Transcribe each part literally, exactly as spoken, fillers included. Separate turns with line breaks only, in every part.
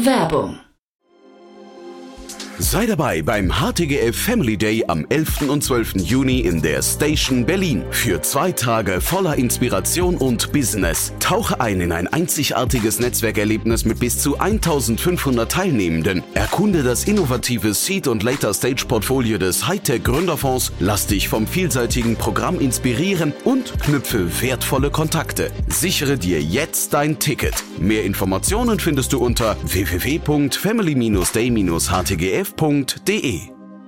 Werbung.
Sei dabei beim H T G F Family Day am elften und zwölften Juni in der Station Berlin. Für zwei Tage voller Inspiration und Business. Tauche ein in ein einzigartiges Netzwerkerlebnis mit bis zu eintausendfünfhundert Teilnehmenden. Erkunde das innovative Seed- und Later-Stage-Portfolio des Hightech-Gründerfonds. Lass dich vom vielseitigen Programm inspirieren und knüpfe wertvolle Kontakte. Sichere dir jetzt dein Ticket. Mehr Informationen findest du unter w w w punkt family day dash h t g f punkt d e.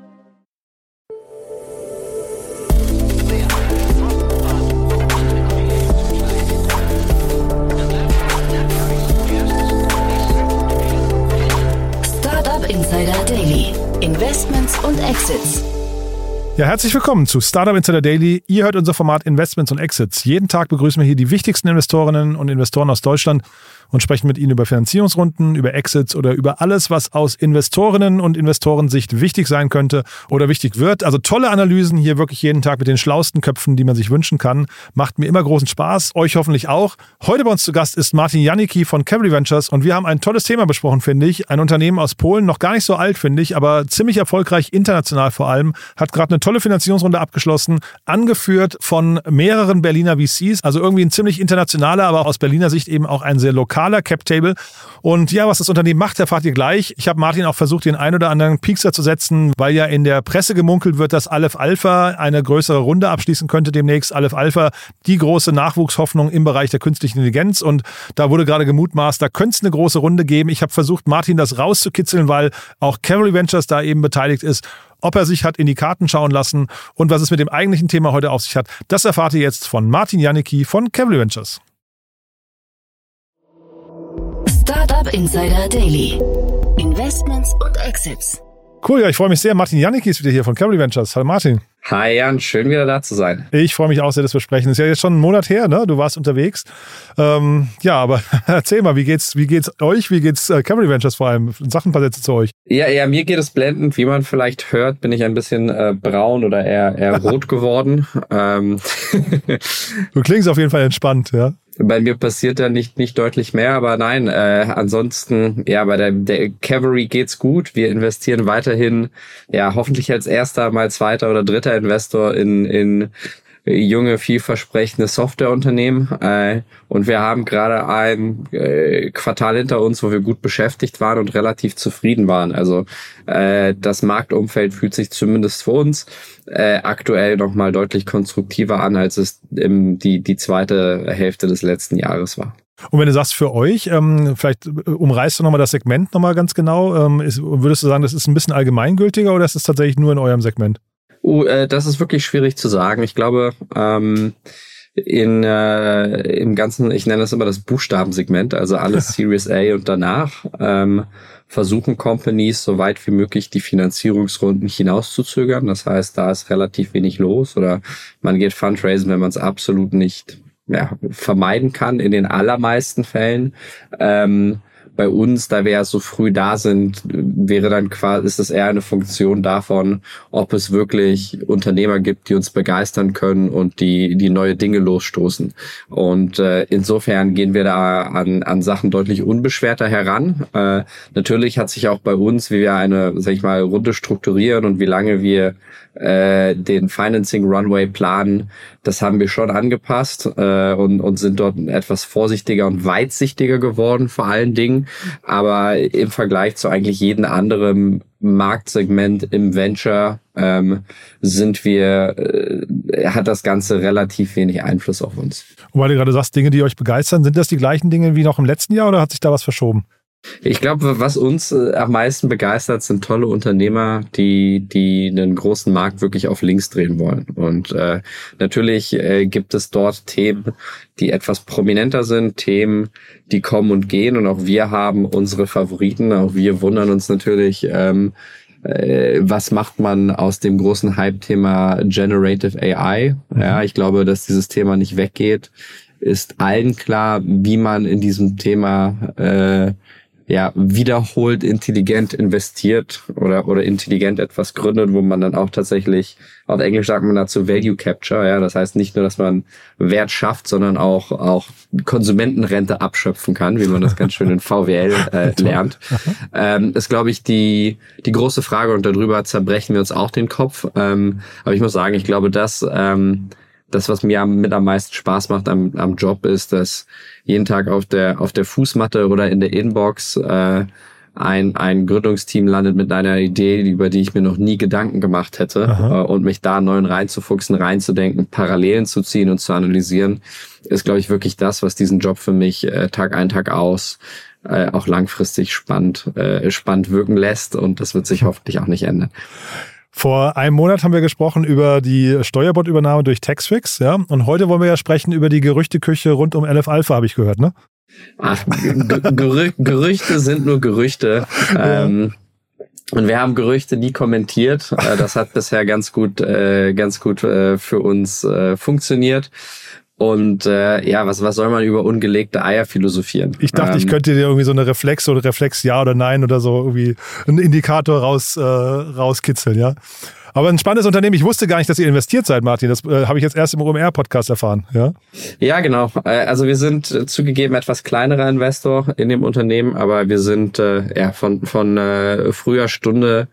Startup Insider Daily. Investments und Exits.
Ja, herzlich willkommen zu Startup Insider Daily. Ihr hört unser Format Investments und Exits. Jeden Tag begrüßen wir hier die wichtigsten Investorinnen und Investoren aus Deutschland und sprechen mit ihnen über Finanzierungsrunden, über Exits oder über alles, was aus Investorinnen und Investorensicht wichtig sein könnte oder wichtig wird. Also tolle Analysen hier wirklich jeden Tag mit den schlauesten Köpfen, die man sich wünschen kann. Macht mir immer großen Spaß, euch hoffentlich auch. Heute bei uns zu Gast ist Martin Janicki von Cavalry Ventures und wir haben ein tolles Thema besprochen, finde ich. Ein Unternehmen aus Polen, noch gar nicht so alt, finde ich, aber ziemlich erfolgreich, international vor allem, hat gerade eine tolle Finanzierungsrunde abgeschlossen, angeführt von mehreren Berliner V Cs, also irgendwie ein ziemlich internationaler, aber aus Berliner Sicht eben auch ein sehr lokaler Cap-Table. Und ja, was das Unternehmen macht, erfahrt ihr gleich. Ich habe Martin auch versucht, den ein oder anderen Piekser zu setzen, weil ja in der Presse gemunkelt wird, dass Aleph Alpha eine größere Runde abschließen könnte demnächst. Aleph Alpha, die große Nachwuchshoffnung im Bereich der künstlichen Intelligenz. Und da wurde gerade gemutmaßt, da könnte es eine große Runde geben. Ich habe versucht, Martin das rauszukitzeln, weil auch Cavalry Ventures da eben beteiligt ist. Ob er sich hat in die Karten schauen lassen und was es mit dem eigentlichen Thema heute auf sich hat, das erfahrt ihr jetzt von Martin Janicki von Cavalry Ventures.
Startup Insider Daily. Investments und Exits.
Cool, ja, ich freue mich sehr. Martin Janicki ist wieder hier von Cavalry Ventures. Hallo Martin.
Hi Jan, schön wieder da zu sein.
Ich freue mich auch sehr, dass wir sprechen. Das ist ja jetzt schon einen Monat her, ne? Du warst unterwegs. Ähm, ja, aber erzähl mal, wie geht's, wie geht's euch? Wie geht's äh, Cavalry Ventures vor allem? Sag ein paar Sätze zu euch.
Ja, ja, mir geht es blendend. Wie man vielleicht hört, bin ich ein bisschen äh, braun oder eher, eher rot geworden. ähm.
Du klingst auf jeden Fall entspannt, ja.
Bei mir passiert da nicht nicht deutlich mehr, aber nein, äh, ansonsten, ja, bei der, der Cavalry geht's gut. Wir investieren weiterhin, ja, hoffentlich als erster, mal zweiter oder dritter Investor in in junge, vielversprechende Softwareunternehmen. Äh, und wir haben gerade ein äh, Quartal hinter uns, wo wir gut beschäftigt waren und relativ zufrieden waren. Also äh, das Marktumfeld fühlt sich zumindest für uns äh, aktuell nochmal deutlich konstruktiver an, als es im, die, die zweite Hälfte des letzten Jahres war.
Und wenn du sagst für euch, ähm, vielleicht umreißt du nochmal das Segment nochmal ganz genau. Ähm, ist, würdest du sagen, das ist ein bisschen allgemeingültiger oder ist es tatsächlich nur in eurem Segment?
Uh, äh, das ist wirklich schwierig zu sagen. Ich glaube, ähm, in äh, im ganzen, ich nenne das immer das Buchstabensegment, also alles Series A und danach, ähm, versuchen Companies so weit wie möglich die Finanzierungsrunden hinauszuzögern. Das heißt, da ist relativ wenig los oder man geht Fundraisen, wenn man es absolut nicht ja, vermeiden kann, in den allermeisten Fällen. Ähm, Bei uns, da wir ja so früh da sind, wäre dann quasi, ist es eher eine Funktion davon, ob es wirklich Unternehmer gibt, die uns begeistern können und die die neue Dinge losstoßen. Und äh, insofern gehen wir da an an Sachen deutlich unbeschwerter heran. Äh, natürlich hat sich auch bei uns, wie wir eine, sag ich mal, Runde strukturieren und wie lange wir äh, den Financing Runway planen, das haben wir schon angepasst äh, und und sind dort etwas vorsichtiger und weitsichtiger geworden, vor allen Dingen. Aber im Vergleich zu eigentlich jedem anderen Marktsegment im Venture ähm, sind wir, äh, hat das Ganze relativ wenig Einfluss auf uns.
Und weil du gerade sagst, Dinge, die euch begeistern, sind das die gleichen Dinge wie noch im letzten Jahr oder hat sich da was verschoben?
Ich glaube, was uns äh, am meisten begeistert, sind tolle Unternehmer, die die einen großen Markt wirklich auf links drehen wollen. Und äh, natürlich äh, gibt es dort Themen, die etwas prominenter sind, Themen, die kommen und gehen. Und auch wir haben unsere Favoriten. Auch wir wundern uns natürlich, ähm, äh, was macht man aus dem großen Hype-Thema Generative A I? Mhm. Ja, ich glaube, dass dieses Thema nicht weggeht. Ist allen klar, wie man in diesem Thema äh, ja, wiederholt intelligent investiert oder, oder intelligent etwas gründet, wo man dann auch tatsächlich, auf Englisch sagt man dazu Value Capture, ja, das heißt nicht nur, dass man Wert schafft, sondern auch, auch Konsumentenrente abschöpfen kann, wie man das ganz schön in V W L äh, lernt, ähm, ist, glaube ich, die, die große Frage und darüber zerbrechen wir uns auch den Kopf, ähm, aber ich muss sagen, ich glaube, dass, ähm, das, was mir mit am meisten Spaß macht am, am Job, ist, dass jeden Tag auf der auf der Fußmatte oder in der Inbox äh, ein ein Gründungsteam landet mit einer Idee, über die ich mir noch nie Gedanken gemacht hätte, äh, und mich da neu reinzufuchsen, reinzudenken, Parallelen zu ziehen und zu analysieren, ist, glaube ich, wirklich das, was diesen Job für mich äh, Tag ein, Tag aus äh, auch langfristig spannend äh, spannend wirken lässt, und das wird sich hoffentlich auch nicht ändern.
Vor einem Monat haben wir gesprochen über die Steuerbordübernahme durch Taxfix, ja. Und heute wollen wir ja sprechen über die Gerüchteküche rund um Aleph Alpha, habe ich gehört, ne?
Ach, Gerü- Gerüchte sind nur Gerüchte. Ja. Ähm, und wir haben Gerüchte nie kommentiert. Äh, das hat bisher ganz gut, äh, ganz gut äh, für uns äh, funktioniert. Und äh, ja, was was soll man über ungelegte Eier philosophieren?
Ich dachte, ähm, ich könnte dir irgendwie so eine Reflex oder Reflex ja oder nein oder so irgendwie einen Indikator raus äh, rauskitzeln, ja. Aber ein spannendes Unternehmen. Ich wusste gar nicht, dass ihr investiert seid, Martin. Das äh, habe ich jetzt erst im O M R-Podcast erfahren, ja?
Ja, genau. Also wir sind äh, zugegeben etwas kleinerer Investor in dem Unternehmen, aber wir sind äh, ja von von äh, früher Stunde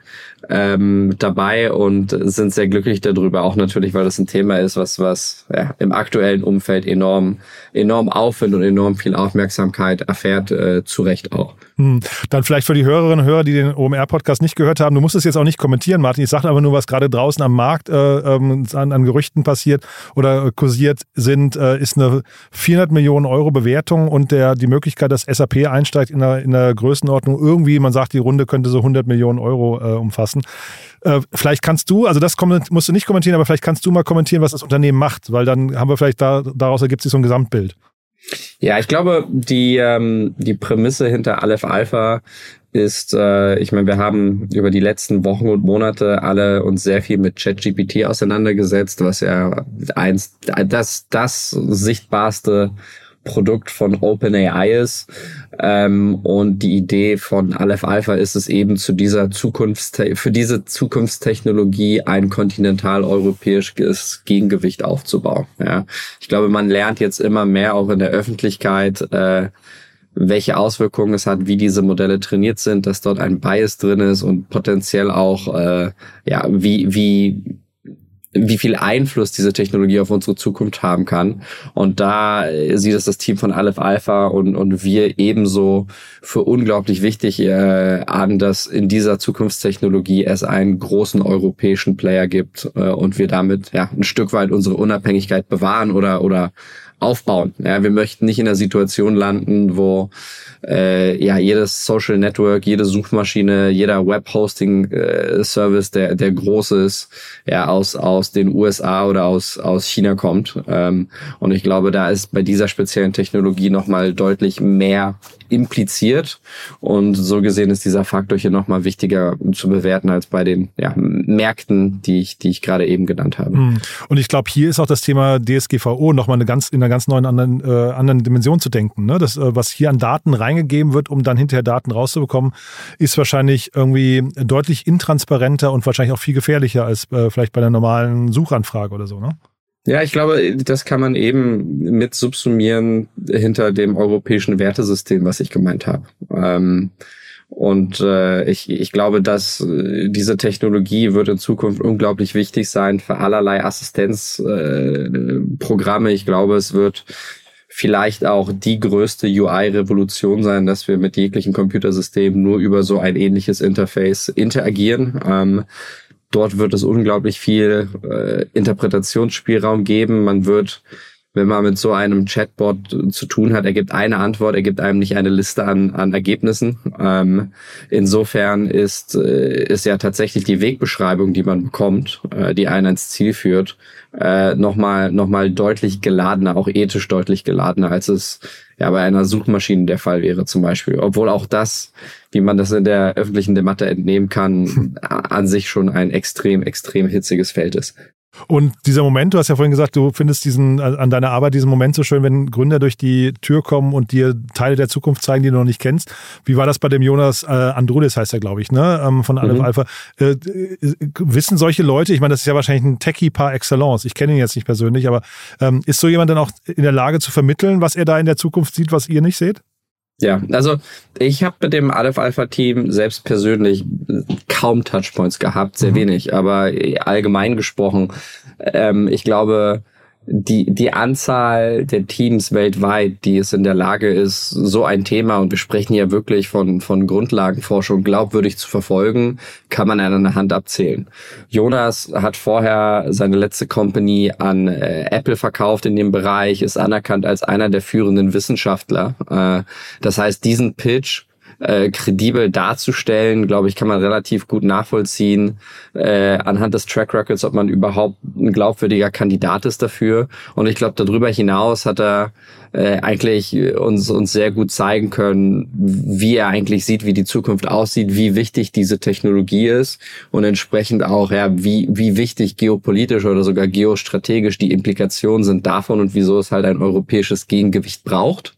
ähm, dabei und sind sehr glücklich darüber. Auch natürlich, weil das ein Thema ist, was was ja, im aktuellen Umfeld enorm enorm Aufwind und enorm viel Aufmerksamkeit erfährt, äh, zu Recht auch.
Hm. Dann vielleicht für die Hörerinnen und Hörer, die den O M R-Podcast nicht gehört haben, du musst es jetzt auch nicht kommentieren, Martin. Ich sage aber nur, was gerade draußen am Markt äh, ähm, an, an Gerüchten passiert oder äh, kursiert sind, äh, ist eine vierhundert Millionen Euro Bewertung und der die Möglichkeit, dass S A P einsteigt in der, in der Größenordnung irgendwie, man sagt, die Runde könnte so hundert Millionen Euro äh, umfassen. Äh, vielleicht kannst du, also das musst du nicht kommentieren, aber vielleicht kannst du mal kommentieren, was das Unternehmen macht, weil dann haben wir vielleicht da, daraus ergibt sich so ein Gesamtbild.
Ja, ich glaube, die ähm, die Prämisse hinter Aleph Alpha ist, äh, ich meine, wir haben über die letzten Wochen und Monate alle uns sehr viel mit ChatGPT auseinandergesetzt, was ja eins das das sichtbarste Produkt von OpenAI ist. Ähm, und die Idee von Aleph Alpha ist es eben, zu dieser Zukunfts für diese Zukunftstechnologie ein kontinentaleuropäisches Gegengewicht aufzubauen. Ja. Ich glaube, man lernt jetzt immer mehr auch in der Öffentlichkeit, äh, welche Auswirkungen es hat, wie diese Modelle trainiert sind, dass dort ein Bias drin ist und potenziell auch, äh, ja, wie, wie, wie viel Einfluss diese Technologie auf unsere Zukunft haben kann. Und da sieht es das Team von Aleph Alpha und, und wir ebenso für unglaublich wichtig äh, an, dass in dieser Zukunftstechnologie es einen großen europäischen Player gibt äh, und wir damit ja ein Stück weit unsere Unabhängigkeit bewahren oder oder aufbauen. Ja, wir möchten nicht in einer Situation landen, wo äh, ja jedes Social Network, jede Suchmaschine, jeder Web-Hosting-Service, äh, der der groß ist, ja aus aus den U S A oder aus aus China kommt. Ähm, und ich glaube, da ist bei dieser speziellen Technologie nochmal deutlich mehr impliziert. Und so gesehen ist dieser Faktor hier nochmal wichtiger zu bewerten als bei den ja, Märkten, die ich die ich gerade eben genannt habe.
Und ich glaube, hier ist auch das Thema D S G V O nochmal eine ganz in einer ganz neuen anderen äh, anderen Dimension zu denken. Ne? Das, äh, was hier an Daten reingegeben wird, um dann hinterher Daten rauszubekommen, ist wahrscheinlich irgendwie deutlich intransparenter und wahrscheinlich auch viel gefährlicher als äh, vielleicht bei einer normalen Suchanfrage oder so, ne?
Ja, ich glaube, das kann man eben mit subsumieren hinter dem europäischen Wertesystem, was ich gemeint habe. Ähm, und äh, ich, ich glaube, dass äh, diese Technologie wird in Zukunft unglaublich wichtig sein für allerlei Assistenzprogramme. Äh, ich glaube, es wird vielleicht auch die größte U I-Revolution sein, dass wir mit jeglichen Computersystemen nur über so ein ähnliches Interface interagieren. Ähm, Dort wird es unglaublich viel äh, Interpretationsspielraum geben. Man wird, wenn man mit so einem Chatbot zu tun hat, er gibt eine Antwort, er gibt einem nicht eine Liste an, an Ergebnissen. Ähm, insofern ist, äh, ist ja tatsächlich die Wegbeschreibung, die man bekommt, äh, die einen ans Ziel führt, äh, nochmal, nochmal deutlich geladener, auch ethisch deutlich geladener, als es ja bei einer Suchmaschine der Fall wäre zum Beispiel. Obwohl auch das, wie man das in der öffentlichen Debatte entnehmen kann, an sich schon ein extrem, extrem hitziges Feld ist.
Und dieser Moment, du hast ja vorhin gesagt, du findest diesen an deiner Arbeit diesen Moment so schön, wenn Gründer durch die Tür kommen und dir Teile der Zukunft zeigen, die du noch nicht kennst. Wie war das bei dem Jonas äh, Androulis, heißt er, glaube ich, ne, ähm, von Aleph mhm. Alpha? Äh, äh, wissen solche Leute, ich meine, das ist ja wahrscheinlich ein Techie par excellence, ich kenne ihn jetzt nicht persönlich, aber ähm, ist so jemand dann auch in der Lage zu vermitteln, was er da in der Zukunft sieht, was ihr nicht seht?
Ja, also ich habe mit dem Aleph Alpha Team selbst persönlich kaum Touchpoints gehabt, sehr mhm. wenig, aber allgemein gesprochen, ähm, ich glaube, die die Anzahl der Teams weltweit, die es in der Lage ist, so ein Thema, und wir sprechen hier wirklich von von Grundlagenforschung, glaubwürdig zu verfolgen, kann man an einer Hand abzählen. Jonas hat vorher seine letzte Company an äh, Apple verkauft in dem Bereich, ist anerkannt als einer der führenden Wissenschaftler. Äh, das heißt, diesen Pitch Äh, kredibel darzustellen, glaube ich, kann man relativ gut nachvollziehen äh, anhand des Track Records, ob man überhaupt ein glaubwürdiger Kandidat ist dafür. Und ich glaube, darüber hinaus hat er äh, eigentlich uns uns sehr gut zeigen können, wie er eigentlich sieht, wie die Zukunft aussieht, wie wichtig diese Technologie ist und entsprechend auch, ja, wie wie wichtig geopolitisch oder sogar geostrategisch die Implikationen sind davon und wieso es halt ein europäisches Gegengewicht braucht.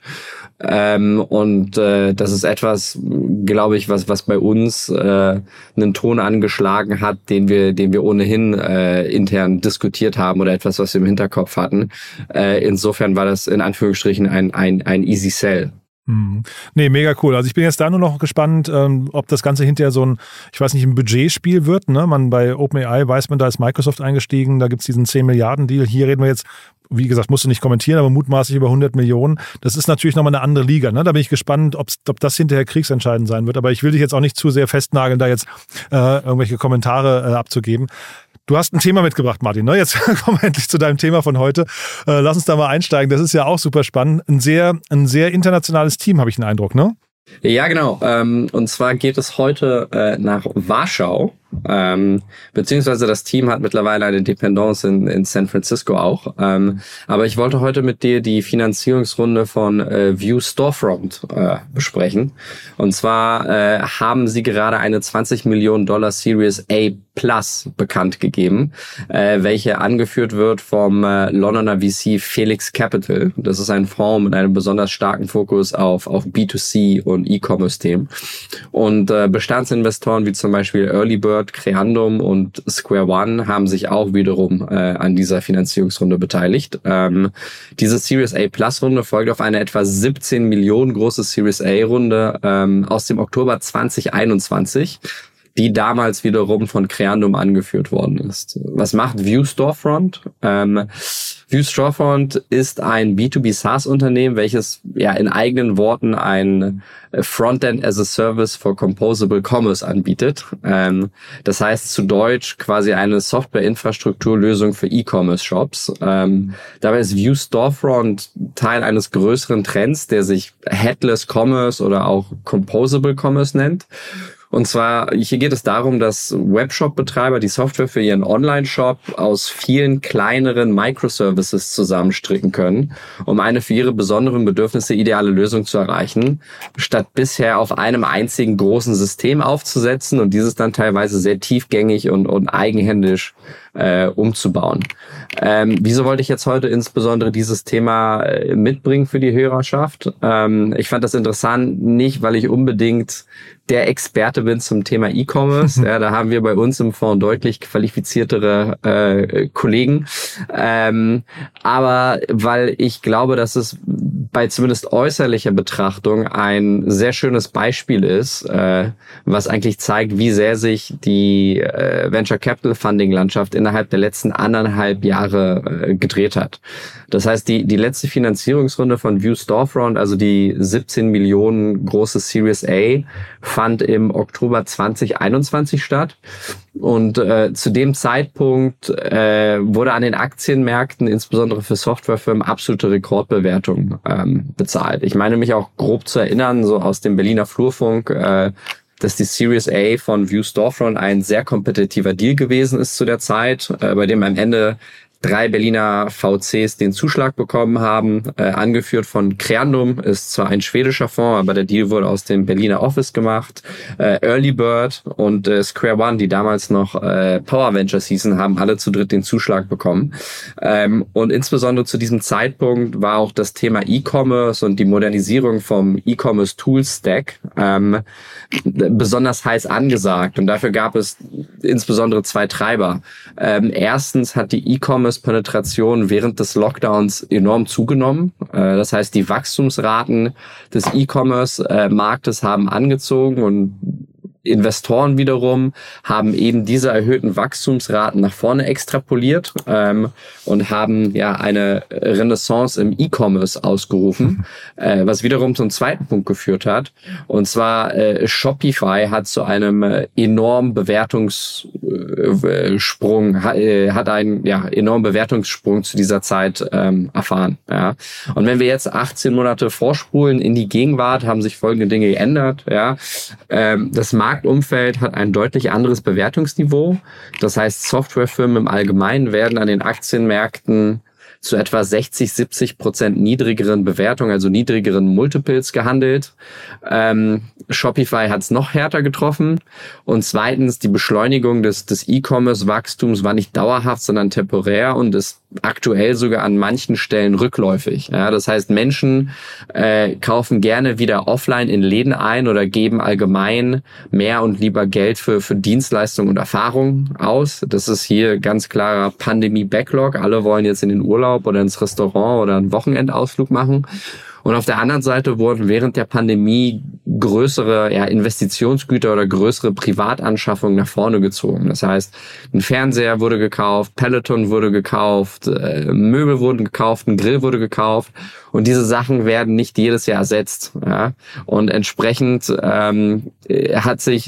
Ähm, und äh, das ist etwas, glaube ich, was was bei uns äh, einen Ton angeschlagen hat, den wir den wir ohnehin äh, intern diskutiert haben oder etwas, was wir im Hinterkopf hatten. Äh, insofern war das in Anführungsstrichen ein ein ein easy sell.
Mhm. Nee, mega cool. Also ich bin jetzt da nur noch gespannt, ähm, ob das Ganze hinterher so ein, ich weiß nicht, ein Budgetspiel wird. Ne? Man bei OpenAI weiß man, da ist Microsoft eingestiegen, da gibt's diesen zehn Milliarden Deal. Hier reden wir jetzt, wie gesagt, musst du nicht kommentieren, aber mutmaßlich über hundert Millionen. Das ist natürlich nochmal eine andere Liga. Ne? Da bin ich gespannt, ob's, ob das hinterher kriegsentscheidend sein wird. Aber ich will dich jetzt auch nicht zu sehr festnageln, da jetzt äh, irgendwelche Kommentare äh, abzugeben. Du hast ein Thema mitgebracht, Martin. Ne? Jetzt kommen wir endlich zu deinem Thema von heute. Äh, lass uns da mal einsteigen. Das ist ja auch super spannend. Ein sehr, ein sehr internationales Team, habe ich den Eindruck, ne?
Ja, genau. Ähm, und zwar geht es heute äh, nach Warschau. Ähm, beziehungsweise das Team hat mittlerweile eine Dependance in, in San Francisco auch. Ähm, aber ich wollte heute mit dir die Finanzierungsrunde von äh, View Storefront äh, besprechen. Und zwar äh, haben sie gerade eine zwanzig Millionen Dollar Series A Plus bekannt gegeben, äh, welche angeführt wird vom äh, Londoner V C Felix Capital. Das ist ein Fonds mit einem besonders starken Fokus auf auf B zwei C und E-Commerce-Themen. Und äh, Bestandsinvestoren wie zum Beispiel Early Bird, Creandum und Square One haben sich auch wiederum äh, an dieser Finanzierungsrunde beteiligt. Ähm, diese Series A Plus Runde folgt auf eine etwa siebzehn Millionen große Series A Runde ähm, aus dem Oktober zwanzig einundzwanzig, die damals wiederum von Creandum angeführt worden ist. Was macht View Storefront? Ähm, View Storefront ist ein B zwei B SaaS-Unternehmen, welches ja in eigenen Worten ein Frontend as a Service for Composable Commerce anbietet. Ähm, das heißt zu Deutsch quasi eine Software-Infrastrukturlösung für E-Commerce-Shops. Ähm, dabei ist View Storefront Teil eines größeren Trends, der sich Headless Commerce oder auch Composable Commerce nennt. Und zwar, hier geht es darum, dass Webshop-Betreiber die Software für ihren Online-Shop aus vielen kleineren Microservices zusammenstricken können, um eine für ihre besonderen Bedürfnisse ideale Lösung zu erreichen, statt bisher auf einem einzigen großen System aufzusetzen und dieses dann teilweise sehr tiefgängig und, und eigenhändisch äh, umzubauen. Ähm, wieso wollte ich jetzt heute insbesondere dieses Thema äh, mitbringen für die Hörerschaft? Ähm, ich fand das interessant, nicht weil ich unbedingt der Experte bin zum Thema E-Commerce. Ja, da haben wir bei uns im Fonds deutlich qualifiziertere äh, Kollegen. Ähm, aber weil ich glaube, dass es bei zumindest äußerlicher Betrachtung ein sehr schönes Beispiel ist, äh, was eigentlich zeigt, wie sehr sich die äh, Venture Capital Funding Landschaft innerhalb der letzten anderthalb Jahre äh, gedreht hat. Das heißt, die die letzte Finanzierungsrunde von View Storefront, also die siebzehn Millionen große Series A, fand im Oktober zwanzig einundzwanzig statt. Und äh, zu dem Zeitpunkt äh, wurde an den Aktienmärkten, insbesondere für Softwarefirmen, absolute Rekordbewertung ähm, bezahlt. Ich meine mich auch grob zu erinnern, so aus dem Berliner Flurfunk, äh, dass die Series A von View Storefront ein sehr kompetitiver Deal gewesen ist zu der Zeit, äh, bei dem am Ende drei Berliner V Cs den Zuschlag bekommen haben, äh, angeführt von Creandum, ist zwar ein schwedischer Fonds, aber der Deal wurde aus dem Berliner Office gemacht. Äh, Early Bird und äh, Square One, die damals noch äh, Power Ventures hießen, haben alle zu dritt den Zuschlag bekommen. Ähm, und insbesondere zu diesem Zeitpunkt war auch das Thema E-Commerce und die Modernisierung vom E-Commerce Tool Stack ähm, besonders heiß angesagt. Und dafür gab es insbesondere zwei Treiber. Ähm, erstens hat die E-Commerce-Penetration während des Lockdowns enorm zugenommen. Äh, das heißt, die Wachstumsraten des E-Commerce-Marktes äh, haben angezogen und Investoren wiederum haben eben diese erhöhten Wachstumsraten nach vorne extrapoliert ähm, und haben ja eine Renaissance im E-Commerce ausgerufen, äh, was wiederum zum zweiten Punkt geführt hat. Und zwar äh, Shopify hat zu einem äh, enormen Bewertungssprung, äh, hat einen ja enormen Bewertungssprung zu dieser Zeit ähm, erfahren. Ja. Und wenn wir jetzt achtzehn Monate vorspulen in die Gegenwart, haben sich folgende Dinge geändert. Ja. Ähm, das Markt Marktumfeld hat ein deutlich anderes Bewertungsniveau. Das heißt, Softwarefirmen im Allgemeinen werden an den Aktienmärkten zu etwa sechzig, siebzig Prozent niedrigeren Bewertungen, also niedrigeren Multiples gehandelt. Ähm, Shopify hat es noch härter getroffen. Und zweitens, die Beschleunigung des, des E-Commerce-Wachstums war nicht dauerhaft, sondern temporär und ist aktuell sogar an manchen Stellen rückläufig. Ja, das heißt, Menschen äh, kaufen gerne wieder offline in Läden ein oder geben allgemein mehr und lieber Geld für, für Dienstleistungen und Erfahrungen aus. Das ist hier ganz klarer Pandemie-Backlog. Alle wollen jetzt in den Urlaub oder ins Restaurant oder einen Wochenendausflug machen. Und auf der anderen Seite wurden während der Pandemie größere ja, Investitionsgüter oder größere Privatanschaffungen nach vorne gezogen. Das heißt, ein Fernseher wurde gekauft, Peloton wurde gekauft, äh, Möbel wurden gekauft, ein Grill wurde gekauft. Und diese Sachen werden nicht jedes Jahr ersetzt. Ja? Und entsprechend ähm, hat sich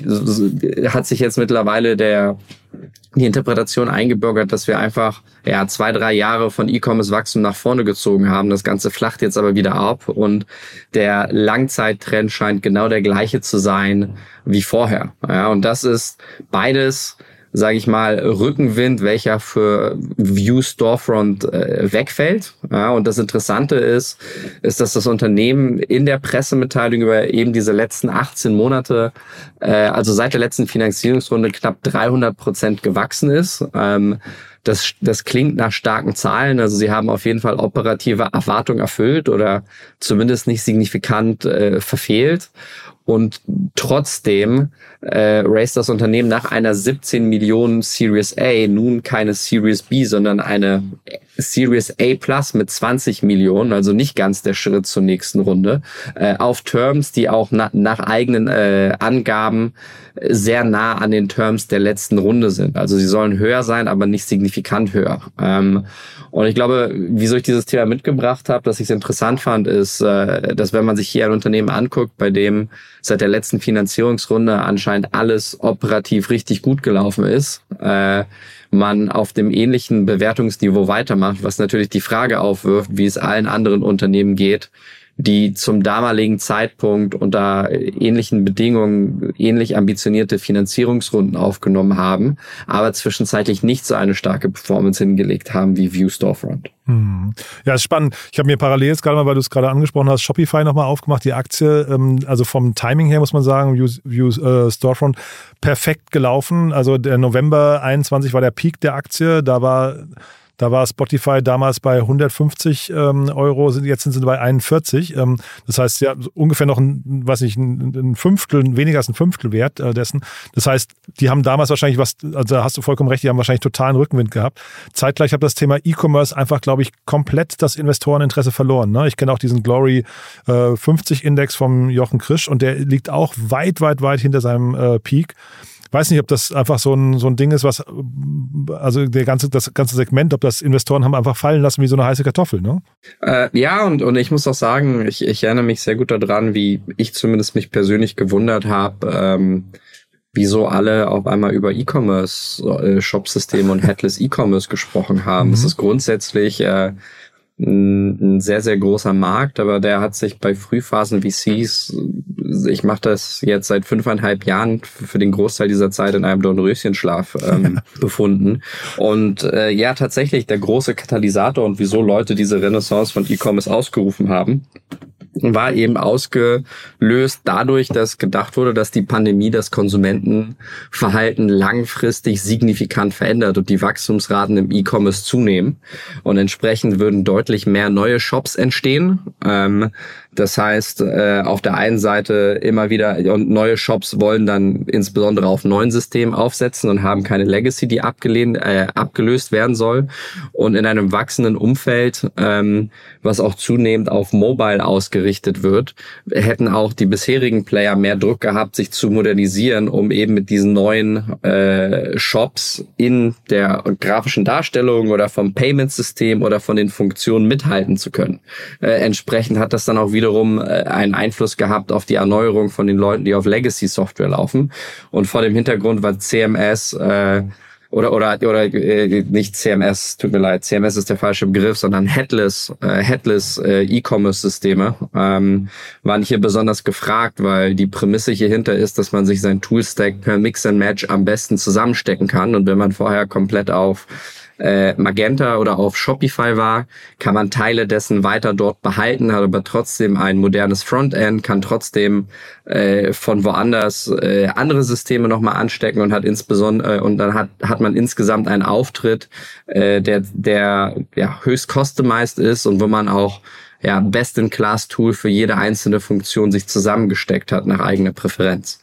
hat sich jetzt mittlerweile der die Interpretation eingebürgert, dass wir einfach ja zwei, drei Jahre von E-Commerce-Wachstum nach vorne gezogen haben. Das Ganze flacht jetzt aber wieder ab und der Langzeittrend scheint genau der gleiche zu sein wie vorher. Ja, und das ist beides, sage ich mal, Rückenwind, welcher für View Storefront äh, wegfällt. Ja, und das Interessante ist, ist, dass das Unternehmen in der Pressemitteilung über eben diese letzten achtzehn Monate, äh, also seit der letzten Finanzierungsrunde, knapp dreihundert Prozent gewachsen ist. Ähm, das, das klingt nach starken Zahlen. Also sie haben auf jeden Fall operative Erwartungen erfüllt oder zumindest nicht signifikant äh, verfehlt. Und trotzdem äh, raised das Unternehmen nach einer siebzehn Millionen Series A nun keine Series B, sondern eine Series A Plus mit zwanzig Millionen, also nicht ganz der Schritt zur nächsten Runde, äh, auf Terms, die auch na, nach eigenen äh, Angaben sehr nah an den Terms der letzten Runde sind. Also sie sollen höher sein, aber nicht signifikant höher. Ähm, und ich glaube, wieso ich dieses Thema mitgebracht habe, dass ich es interessant fand, ist, äh, dass wenn man sich hier ein Unternehmen anguckt, bei dem seit der letzten Finanzierungsrunde anscheinend alles operativ richtig gut gelaufen ist, äh, man auf dem ähnlichen Bewertungsniveau weitermacht, was natürlich die Frage aufwirft, wie es allen anderen Unternehmen geht, die zum damaligen Zeitpunkt unter ähnlichen Bedingungen ähnlich ambitionierte Finanzierungsrunden aufgenommen haben, aber zwischenzeitlich nicht so eine starke Performance hingelegt haben wie View Storefront.
Hm. Ja, ist spannend. Ich habe mir parallel jetzt gerade mal, weil du es gerade angesprochen hast, Shopify nochmal aufgemacht, die Aktie, also vom Timing her muss man sagen, View, View äh, Storefront, perfekt gelaufen. Also der November einundzwanzig war der Peak der Aktie, da war Da war Spotify damals bei hundertfünfzig ähm, Euro, jetzt sind sie bei einundvierzig. Ähm, das heißt, ja, ungefähr noch ein, weiß nicht, ein, ein Fünftel, weniger als ein Fünftel Wert äh, dessen. Das heißt, die haben damals wahrscheinlich was, also da hast du vollkommen recht, die haben wahrscheinlich totalen Rückenwind gehabt. Zeitgleich habe das Thema E-Commerce einfach, glaube ich, komplett das Investoreninteresse verloren. Ne? Ich kenne auch diesen Glory äh, fünfzig Index vom Jochen Krisch und der liegt auch weit, weit, weit hinter seinem äh, Peak. Ich weiß nicht, ob das einfach so ein, so ein Ding ist, was, also der ganze, das ganze Segment, ob das Investoren haben einfach fallen lassen wie so eine heiße Kartoffel, ne?
Äh, ja, und, und ich muss auch sagen, ich, ich erinnere mich sehr gut daran, wie ich zumindest mich persönlich gewundert habe, ähm, wieso alle auf einmal über E-Commerce, äh, Shop-Systeme und Headless E-Commerce gesprochen haben. Es mhm. ist grundsätzlich äh, ein sehr, sehr großer Markt, aber der hat sich bei Frühphasen-V Cs, ich mache das jetzt seit fünfeinhalb Jahren, für den Großteil dieser Zeit in einem Dornröschenschlaf ähm, befunden. Und äh, ja, tatsächlich der große Katalysator und wieso Leute diese Renaissance von E-Commerce ausgerufen haben, war eben ausgelöst dadurch, dass gedacht wurde, dass die Pandemie das Konsumentenverhalten langfristig signifikant verändert und die Wachstumsraten im E-Commerce zunehmen. Und entsprechend würden deutlich mehr neue Shops entstehen. Ähm, das heißt, äh, auf der einen Seite immer wieder, und neue Shops wollen dann insbesondere auf neuen Systemen aufsetzen und haben keine Legacy, die abgelehnt, äh, abgelöst werden soll. Und in einem wachsenden Umfeld, ähm, was auch zunehmend auf Mobile ausgerichtet wird, hätten auch die bisherigen Player mehr Druck gehabt, sich zu modernisieren, um eben mit diesen neuen äh, Shops in der grafischen Darstellung oder vom Payment-System oder von den Funktionen mithalten zu können. Äh, entsprechend hat das dann auch wiederum äh, einen Einfluss gehabt auf die Erneuerung von den Leuten, die auf Legacy-Software laufen. Und vor dem Hintergrund war C M S äh, Oder oder oder äh, nicht C M S, tut mir leid, C M S ist der falsche Begriff, sondern Headless, äh, Headless äh, E-Commerce-Systeme ähm, waren hier besonders gefragt, weil die Prämisse hierhinter ist, dass man sich sein Toolstack per Mix and Match am besten zusammenstecken kann. Und wenn man vorher komplett auf äh, Magenta oder auf Shopify war, kann man Teile dessen weiter dort behalten, hat aber trotzdem ein modernes Frontend, kann trotzdem äh, von woanders äh, andere Systeme nochmal anstecken und hat insbesondere äh, und dann hat hat man insgesamt einen Auftritt, äh, der der ja höchst customized ist und wo man auch ja Best-in-Class-Tool für jede einzelne Funktion sich zusammengesteckt hat nach eigener Präferenz.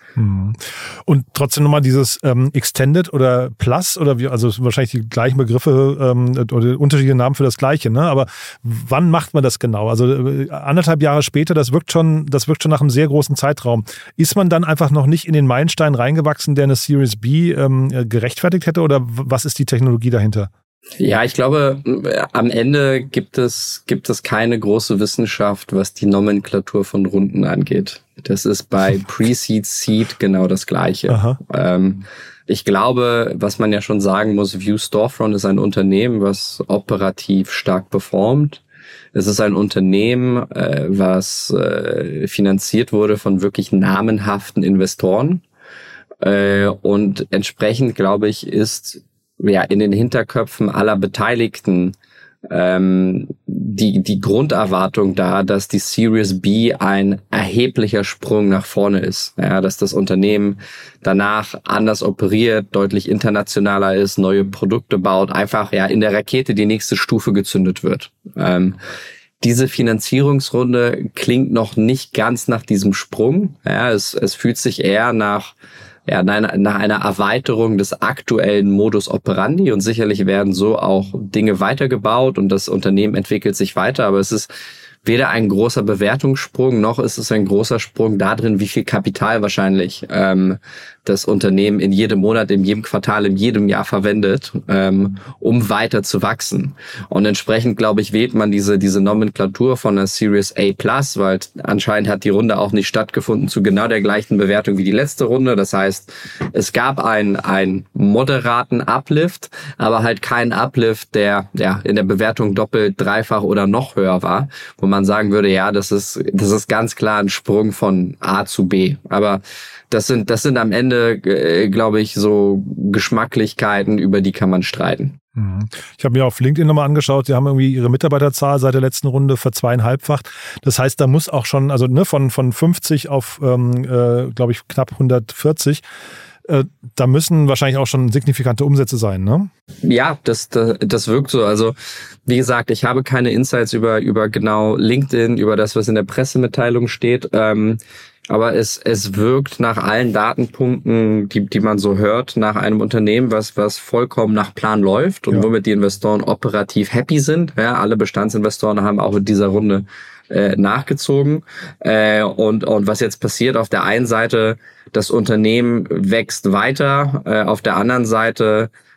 Und trotzdem nochmal dieses ähm, Extended oder Plus oder wie, also wahrscheinlich die gleichen Begriffe ähm, oder unterschiedliche Namen für das Gleiche, ne? Aber wann macht man das genau? Also äh, anderthalb Jahre später, das wirkt schon, das wirkt schon nach einem sehr großen Zeitraum. Ist man dann einfach noch nicht in den Meilenstein reingewachsen, der eine Series B ähm, gerechtfertigt hätte, oder was ist die Technologie dahinter?
Ja, ich glaube, am Ende gibt es gibt es keine große Wissenschaft, was die Nomenklatur von Runden angeht. Das ist bei Pre-Seed, Seed genau das Gleiche. Ähm, ich glaube, was man ja schon sagen muss, View Storefront ist ein Unternehmen, was operativ stark performt. Es ist ein Unternehmen, äh, was äh, finanziert wurde von wirklich namenhaften Investoren. Äh, und entsprechend, glaube ich, ist ja in den Hinterköpfen aller Beteiligten ähm, die die Grunderwartung da, dass die Series B ein erheblicher Sprung nach vorne ist. Ja, dass das Unternehmen danach anders operiert, deutlich internationaler ist, neue Produkte baut, einfach ja in der Rakete die nächste Stufe gezündet wird. Ähm, Diese Finanzierungsrunde klingt noch nicht ganz nach diesem Sprung. Ja, es, es fühlt sich eher nach Ja, nach einer Erweiterung des aktuellen Modus operandi, und sicherlich werden so auch Dinge weitergebaut und das Unternehmen entwickelt sich weiter, aber es ist weder ein großer Bewertungssprung, noch ist es ein großer Sprung da drin, wie viel Kapital wahrscheinlich ähm, das Unternehmen in jedem Monat, in jedem Quartal, in jedem Jahr verwendet, ähm, um weiter zu wachsen. Und entsprechend, glaube ich, wählt man diese diese Nomenklatur von einer Series A Plus, weil anscheinend hat die Runde auch nicht stattgefunden zu genau der gleichen Bewertung wie die letzte Runde. Das heißt, es gab einen einen moderaten Uplift, aber halt keinen Uplift, der ja in der Bewertung doppelt, dreifach oder noch höher war, wo man sagen würde, ja, das ist das ist ganz klar ein Sprung von A zu B. Aber das sind das sind am Ende, äh, glaube ich, so Geschmacklichkeiten, über die kann man streiten.
Ich habe mir auf LinkedIn nochmal angeschaut, sie haben irgendwie ihre Mitarbeiterzahl seit der letzten Runde verzweieinhalbfacht. Das heißt, da muss auch schon, also ne, von von fünfzig auf, ähm, äh, glaube ich, knapp hundertvierzig. Äh, da müssen wahrscheinlich auch schon signifikante Umsätze sein, ne?
Ja, das, das das wirkt so. Also wie gesagt, ich habe keine Insights über über genau LinkedIn, über das, was in der Pressemitteilung steht. Ähm, aber es es wirkt nach allen Datenpunkten, die die man so hört, nach einem Unternehmen, was was vollkommen nach Plan läuft und ja, womit die Investoren operativ happy sind. Ja, alle Bestandsinvestoren haben auch in dieser Runde äh, nachgezogen. Äh, und und was jetzt passiert, auf der einen Seite, das Unternehmen wächst weiter, äh, auf der anderen Seite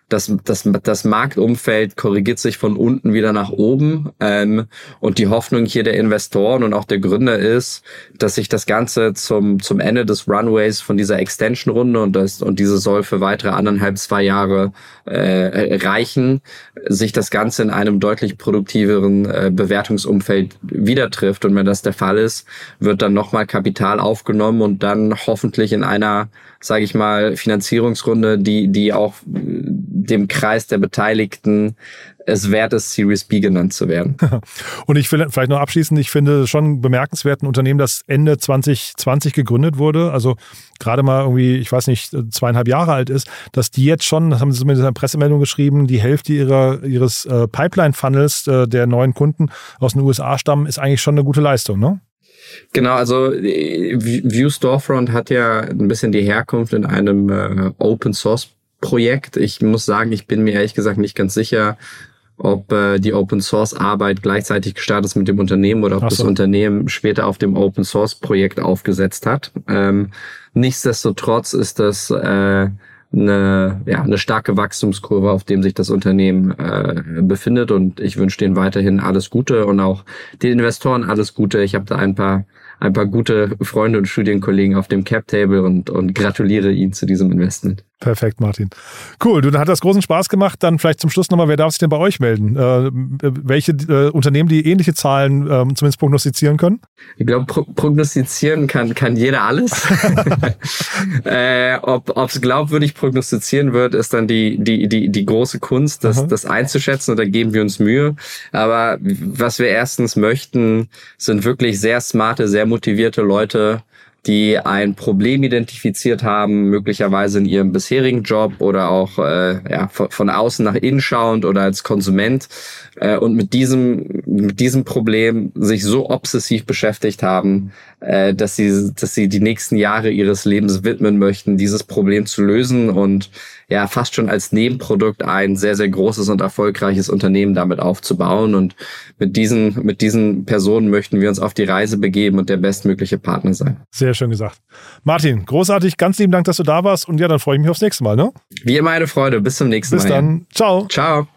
das, das, das Marktumfeld korrigiert sich von unten wieder nach oben. Ähm, und die Hoffnung hier der Investoren und auch der Gründer ist, dass sich das Ganze zum, zum Ende des Runways von dieser Extension-Runde und das, und diese soll für weitere anderthalb, zwei Jahre äh, reichen, sich das Ganze in einem deutlich produktiveren äh, Bewertungsumfeld wieder trifft. Und wenn das der Fall ist, wird dann nochmal Kapital aufgenommen und dann hoffentlich in einer, sage ich mal, Finanzierungsrunde, die, die auch dem Kreis der Beteiligten es wert ist, Series B genannt zu werden.
Und ich will vielleicht noch abschließend, ich finde schon bemerkenswert ein Unternehmen, das Ende zwanzig zwanzig gegründet wurde, also gerade mal irgendwie, ich weiß nicht, zweieinhalb Jahre alt ist, dass die jetzt schon, das haben sie zumindest in einer Pressemeldung geschrieben, die Hälfte ihrer, ihres äh, Pipeline-Funnels äh, der neuen Kunden aus den U S A stammen, ist eigentlich schon eine gute Leistung, ne?
Genau, also View Storefront hat ja ein bisschen die Herkunft in einem äh, Open-Source-Projekt. Ich muss sagen, ich bin mir ehrlich gesagt nicht ganz sicher, ob äh, die Open-Source-Arbeit gleichzeitig gestartet ist mit dem Unternehmen oder ob so. das Unternehmen später auf dem Open-Source-Projekt aufgesetzt hat. Ähm, nichtsdestotrotz ist das äh, eine, ja, eine starke Wachstumskurve, auf dem sich das Unternehmen äh, befindet, und ich wünsche denen weiterhin alles Gute und auch den Investoren alles Gute. Ich habe da ein paar ein paar gute Freunde und Studienkollegen auf dem Cap-Table und, und gratuliere ihnen zu diesem Investment.
Perfekt, Martin. Cool, du, dann hat das großen Spaß gemacht. Dann vielleicht zum Schluss nochmal, wer darf sich denn bei euch melden? Äh, welche äh, Unternehmen, die ähnliche Zahlen äh, zumindest prognostizieren können?
Ich glaube, pro- prognostizieren kann kann jeder alles. äh, ob es glaubwürdig prognostizieren wird, ist dann die die die die große Kunst, das, das einzuschätzen, und da geben wir uns Mühe. Aber was wir erstens möchten, sind wirklich sehr smarte, sehr motivierte Leute, die ein Problem identifiziert haben, möglicherweise in ihrem bisherigen Job oder auch äh, ja, von, von außen nach innen schauend oder als Konsument, äh, und mit diesem mit diesem Problem sich so obsessiv beschäftigt haben, äh, dass sie dass sie die nächsten Jahre ihres Lebens widmen möchten, dieses Problem zu lösen und ja fast schon als Nebenprodukt ein sehr, sehr großes und erfolgreiches Unternehmen damit aufzubauen. Und mit diesen mit diesen Personen möchten wir uns auf die Reise begeben und der bestmögliche Partner sein.
Sehr schön gesagt. Martin, großartig, ganz lieben Dank, dass du da warst, und ja, dann freue ich mich aufs nächste Mal, ne?
Wie immer eine Freude. Bis zum nächsten
Bis
Mal.
Bis dann. Ciao.
Ciao.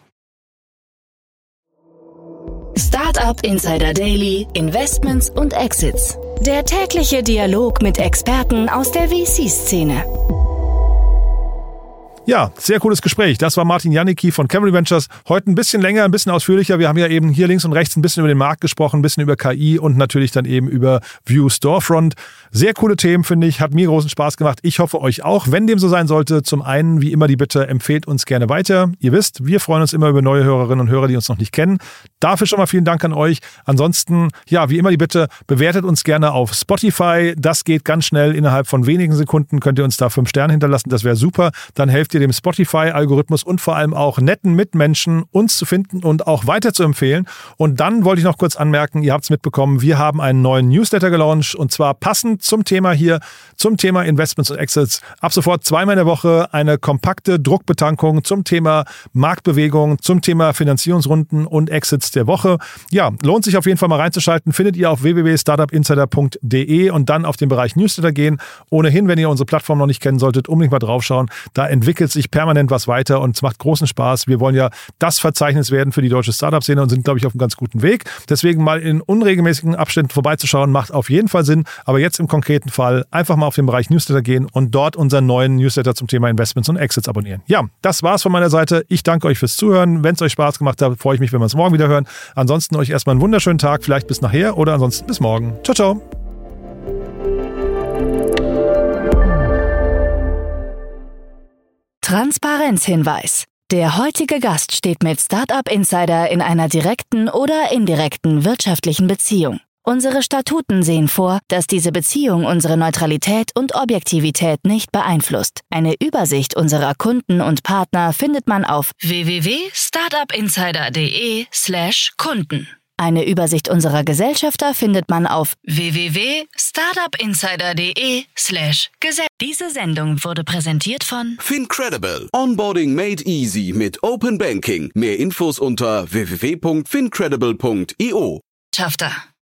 Startup Insider Daily, Investments und Exits. Der tägliche Dialog mit Experten aus der V C-Szene.
Ja, sehr cooles Gespräch. Das war Martin Janicki von Cavalry Ventures. Heute ein bisschen länger, ein bisschen ausführlicher. Wir haben ja eben hier links und rechts ein bisschen über den Markt gesprochen, ein bisschen über K I und natürlich dann eben über View Storefront. Sehr coole Themen, finde ich. Hat mir großen Spaß gemacht. Ich hoffe, euch auch. Wenn dem so sein sollte, zum einen, wie immer, die Bitte, empfehlt uns gerne weiter. Ihr wisst, wir freuen uns immer über neue Hörerinnen und Hörer, die uns noch nicht kennen. Dafür schon mal vielen Dank an euch. Ansonsten, ja, wie immer die Bitte, bewertet uns gerne auf Spotify. Das geht ganz schnell. Innerhalb von wenigen Sekunden könnt ihr uns da fünf Sterne hinterlassen. Das wäre super. Dann helft ihr dem Spotify-Algorithmus und vor allem auch netten Mitmenschen, uns zu finden und auch weiter zu empfehlen. Und dann wollte ich noch kurz anmerken, ihr habt es mitbekommen, wir haben einen neuen Newsletter gelauncht, und zwar passend zum Thema hier, zum Thema Investments und Exits. Ab sofort zweimal in der Woche eine kompakte Druckbetankung zum Thema Marktbewegung, zum Thema Finanzierungsrunden und Exits der Woche. Ja, lohnt sich auf jeden Fall mal reinzuschalten. Findet ihr auf w w w punkt startup insider punkt d e und dann auf den Bereich Newsletter gehen. Ohnehin, wenn ihr unsere Plattform noch nicht kennen solltet, unbedingt mal draufschauen. Da entwickelt sich permanent was weiter und es macht großen Spaß. Wir wollen ja das Verzeichnis werden für die deutsche Startup-Szene und sind, glaube ich, auf einem ganz guten Weg. Deswegen mal in unregelmäßigen Abständen vorbeizuschauen, macht auf jeden Fall Sinn. Aber jetzt im konkreten Fall einfach mal auf den Bereich Newsletter gehen und dort unseren neuen Newsletter zum Thema Investments und Exits abonnieren. Ja, das war's von meiner Seite. Ich danke euch fürs Zuhören. Wenn es euch Spaß gemacht hat, freue ich mich, wenn wir uns morgen wieder hören. Ansonsten euch erstmal einen wunderschönen Tag, vielleicht bis nachher oder ansonsten bis morgen. Ciao, ciao.
Transparenzhinweis. Der heutige Gast steht mit Startup Insider in einer direkten oder indirekten wirtschaftlichen Beziehung. Unsere Statuten sehen vor, dass diese Beziehung unsere Neutralität und Objektivität nicht beeinflusst. Eine Übersicht unserer Kunden und Partner findet man auf w w w punkt startup insider punkt d e slash Kunden. Eine Übersicht unserer Gesellschafter findet man auf w w w punkt startup insider punkt d e slash Gesellschafter. Diese Sendung wurde präsentiert von
Fincredible. Onboarding made easy mit Open Banking. Mehr Infos unter w w w punkt fincredible punkt i o.
Schafter.